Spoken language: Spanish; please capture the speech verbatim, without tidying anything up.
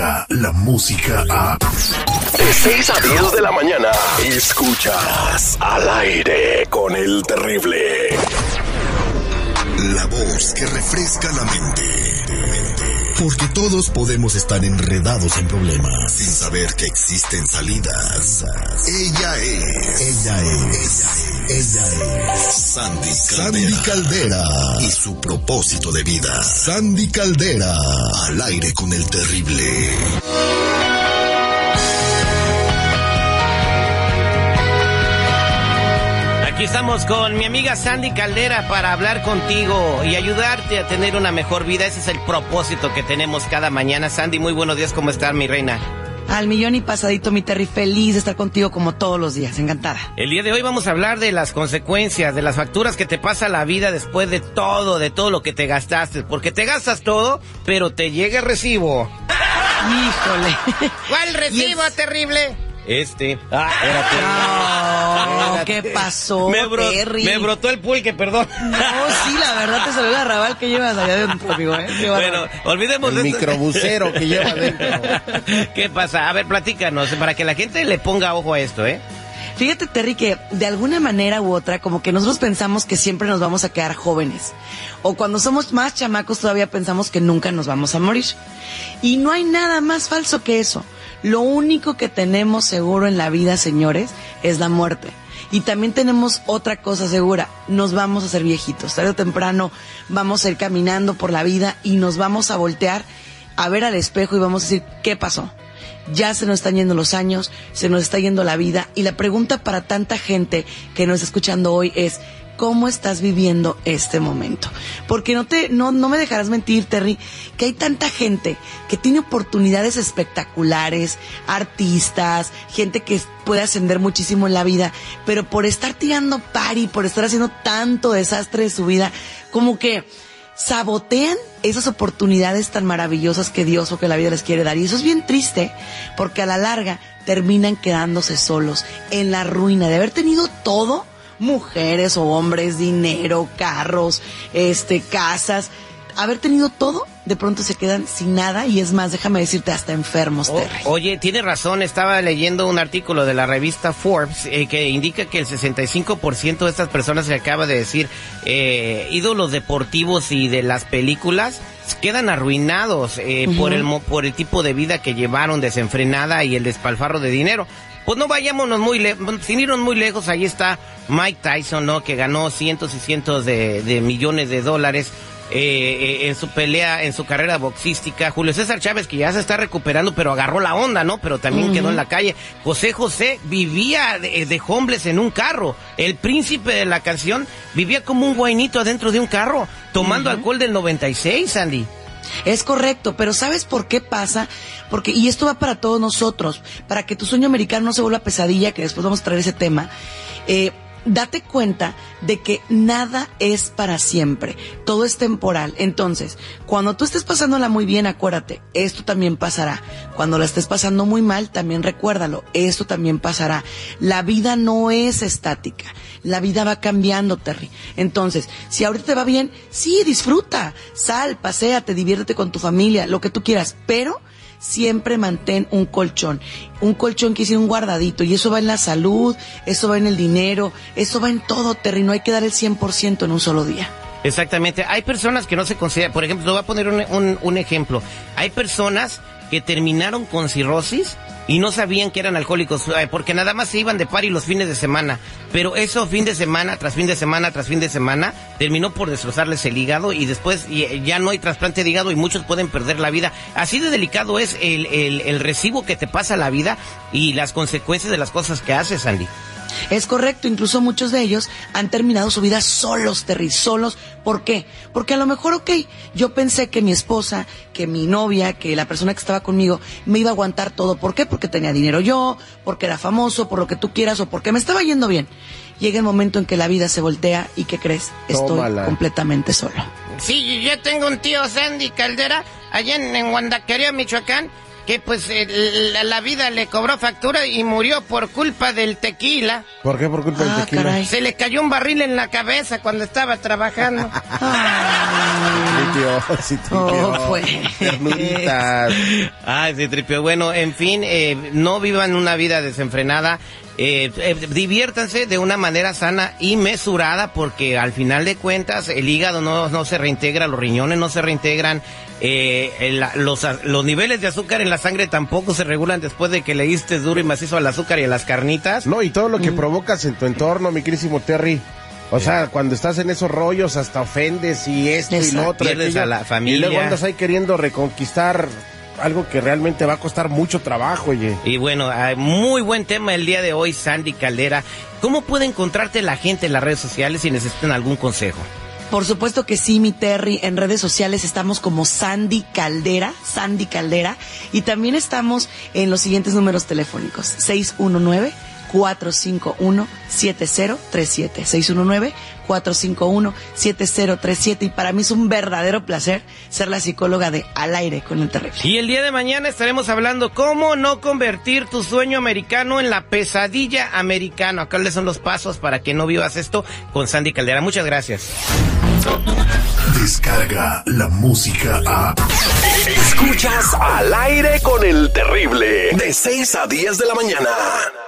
llega la música a... De seis a diez de la mañana, escuchas Al Aire con el Terrible. La voz que refresca la mente. Porque todos podemos estar enredados en problemas sin saber que existen salidas. Ella es. Ella es. Ella es. Sandy Caldera. Sandy Caldera. Y su propósito de vida. Sandy Caldera. Al Aire con el Terrible. Aquí estamos con mi amiga Sandy Caldera para hablar contigo y ayudarte a tener una mejor vida. Ese es el propósito que tenemos cada mañana. Sandy, muy buenos días, ¿cómo estás, mi reina? Al millón y pasadito, mi Terry, feliz de estar contigo como todos los días, encantada. El día de hoy vamos a hablar de las consecuencias, de las facturas que te pasa la vida después de todo, de todo lo que te gastaste. Porque te gastas todo, pero te llega el recibo. Híjole. ¿Cuál recibo, es... terrible? Este. Ah, espérate. No, espérate. ¿qué pasó, me bro, Terry? Me brotó el pulque, perdón. No, sí, la verdad te salió el arrabal que llevas allá adentro, amigo, ¿eh? Bueno, olvidemos el de microbusero que lleva adentro. ¿Qué pasa? A ver, platícanos, para que la gente le ponga ojo a esto, ¿eh? Fíjate, Terry, que de alguna manera u otra, como que nosotros pensamos que siempre nos vamos a quedar jóvenes. O cuando somos más chamacos todavía pensamos que nunca nos vamos a morir. Y no hay nada más falso que eso. Lo único que tenemos seguro en la vida, señores, es la muerte. Y también tenemos otra cosa segura, nos vamos a hacer viejitos. Tarde o temprano vamos a ir caminando por la vida y nos vamos a voltear a ver al espejo y vamos a decir, ¿qué pasó? Ya se nos están yendo los años, se nos está yendo la vida. Y la pregunta para tanta gente que nos está escuchando hoy es, ¿cómo estás viviendo este momento? Porque no te, no, no me dejarás mentir, Terry, que hay tanta gente que tiene oportunidades espectaculares, artistas, gente que puede ascender muchísimo en la vida, pero por estar tirando pari, por estar haciendo tanto desastre de su vida, como que sabotean esas oportunidades tan maravillosas que Dios o que la vida les quiere dar. Y eso es bien triste, porque a la larga terminan quedándose solos en la ruina de haber tenido todo, mujeres o hombres, dinero, carros, este, casas, haber tenido todo, de pronto se quedan sin nada y es más, déjame decirte, hasta enfermos, oh, Terry. Oye, tienes razón, estaba leyendo un artículo de la revista Forbes eh, que indica que el sesenta y cinco por ciento de estas personas que acaba de decir, eh, ídolos deportivos y de las películas, quedan arruinados eh, uh-huh. por el por el tipo de vida que llevaron desenfrenada y el despilfarro de dinero. Pues no vayámonos muy lejos, sin irnos muy lejos, ahí está Mike Tyson, ¿no? Que ganó cientos y cientos de, de millones de dólares eh, eh, en su pelea, en su carrera boxística. Julio César Chávez, que ya se está recuperando, pero agarró la onda, ¿no? Pero también uh-huh. quedó en la calle. José José vivía de, de homeless en un carro. El príncipe de la canción vivía como un guainito adentro de un carro, tomando uh-huh. alcohol del noventa y seis, Andy. Es correcto, pero ¿sabes por qué pasa? Porque, y esto va para todos nosotros, para que tu sueño americano no se vuelva pesadilla, que después vamos a traer ese tema, eh, date cuenta de que nada es para siempre, todo es temporal. Entonces, cuando tú estés pasándola muy bien, acuérdate, esto también pasará. Cuando la estés pasando muy mal, también recuérdalo, esto también pasará. La vida no es estática, la vida va cambiando, Terry. Entonces, si ahorita te va bien, sí, disfruta, sal, paséate, diviértete con tu familia, lo que tú quieras, pero siempre mantén un colchón, un colchón que hice un guardadito, y eso va en la salud, eso va en el dinero, eso va en todo, Terry, no hay que dar el cien por ciento en un solo día. Exactamente, hay personas que no se consideran, por ejemplo, te voy a poner un, un, un ejemplo, hay personas que terminaron con cirrosis y no sabían que eran alcohólicos, porque nada más se iban de party los fines de semana, pero eso fin de semana, tras fin de semana, tras fin de semana, terminó por destrozarles el hígado y después ya no hay trasplante de hígado y muchos pueden perder la vida. Así de delicado es el, el, el recibo que te pasa la vida y las consecuencias de las cosas que haces, Andy. Es correcto, incluso muchos de ellos han terminado su vida solos, Terry, solos. ¿Por qué? Porque a lo mejor, ok, yo pensé que mi esposa, que mi novia, que la persona que estaba conmigo me iba a aguantar todo. ¿Por qué? Porque tenía dinero yo, porque era famoso, por lo que tú quieras o porque me estaba yendo bien. Llega el momento en que la vida se voltea y ¿qué crees? Estoy Tómala. completamente solo. Sí, yo tengo un tío, Sandy Caldera, allá en, en Guandaquería, Michoacán, que pues eh, la, la vida le cobró factura y murió por culpa del tequila. ¿Por qué por culpa ah, del tequila? Caray. Se le cayó un barril en la cabeza cuando estaba trabajando. ¿Y tripió, sí tripió. Oh, pues. Ternuritas. Ay, sí, tripió. Bueno, en fin, eh, no vivan una vida desenfrenada. Eh, eh, diviértanse de una manera sana y mesurada, porque al final de cuentas el hígado no, no se reintegra, los riñones no se reintegran, eh, el, los, los niveles de azúcar en la sangre tampoco se regulan después de que le diste duro y macizo al azúcar y a las carnitas. No, y todo lo que Mm. provocas en tu entorno, mi querísimo Terry. O sea, cuando estás en esos rollos hasta ofendes y esto Exacto. y lo otro. Pierdes aquello, a la familia. Y luego andas ahí queriendo reconquistar algo que realmente va a costar mucho trabajo, oye. Y bueno, hay muy buen tema el día de hoy, Sandy Caldera. ¿Cómo puede encontrarte la gente en las redes sociales si necesitan algún consejo? Por supuesto que sí, mi Terry. En redes sociales estamos como Sandy Caldera, Sandy Caldera. Y también estamos en los siguientes números telefónicos. seis uno nueve, cuatro cinco uno, siete cero tres siete. seis uno nueve, cuatro cinco uno, siete cero tres siete. Y para mí es un verdadero placer ser la psicóloga de Al Aire con el Terrible. Y el día de mañana estaremos hablando cómo no convertir tu sueño americano en la pesadilla americana. ¿Cuáles son los pasos para que no vivas esto? Con Sandy Caldera. Muchas gracias. Descarga la música a... Escuchas Al Aire con el Terrible, de seis a diez de la mañana.